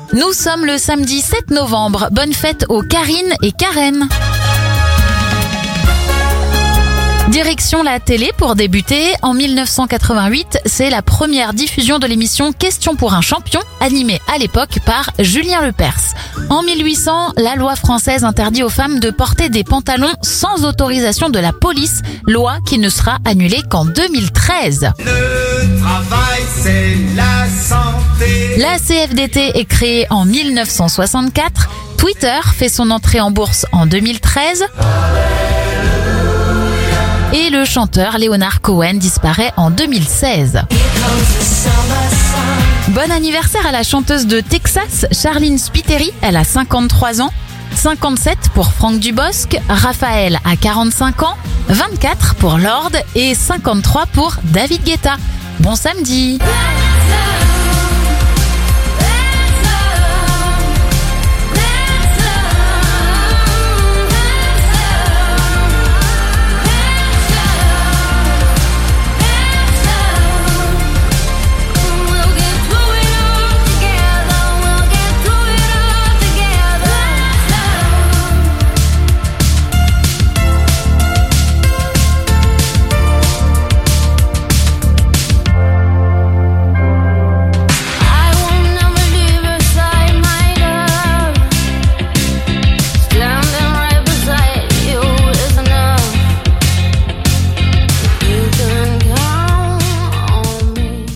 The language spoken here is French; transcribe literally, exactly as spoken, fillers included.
Nous sommes le samedi sept novembre. Bonne fête aux Karine et Karen. Direction la télé pour débuter. En mille neuf cent quatre-vingt-huit, c'est la première diffusion de l'émission Question pour un champion, animée à l'époque par Julien Lepers. En mille huit cents, la loi française interdit aux femmes de porter des pantalons sans autorisation de la police, loi qui ne sera annulée qu'en deux mille treize. Le travail, c'est la santé. La C F D T est créée en mille neuf cent soixante-quatre. Twitter fait son entrée en bourse en deux mille treize. Et le chanteur Leonard Cohen disparaît en deux mille seize. Bon anniversaire à la chanteuse de Texas, Charline Spiteri, elle a cinquante-trois ans. cinquante-sept pour Franck Dubosc, Raphaël a quarante-cinq ans, vingt-quatre pour Lorde et cinquante-trois pour David Guetta. Bon samedi!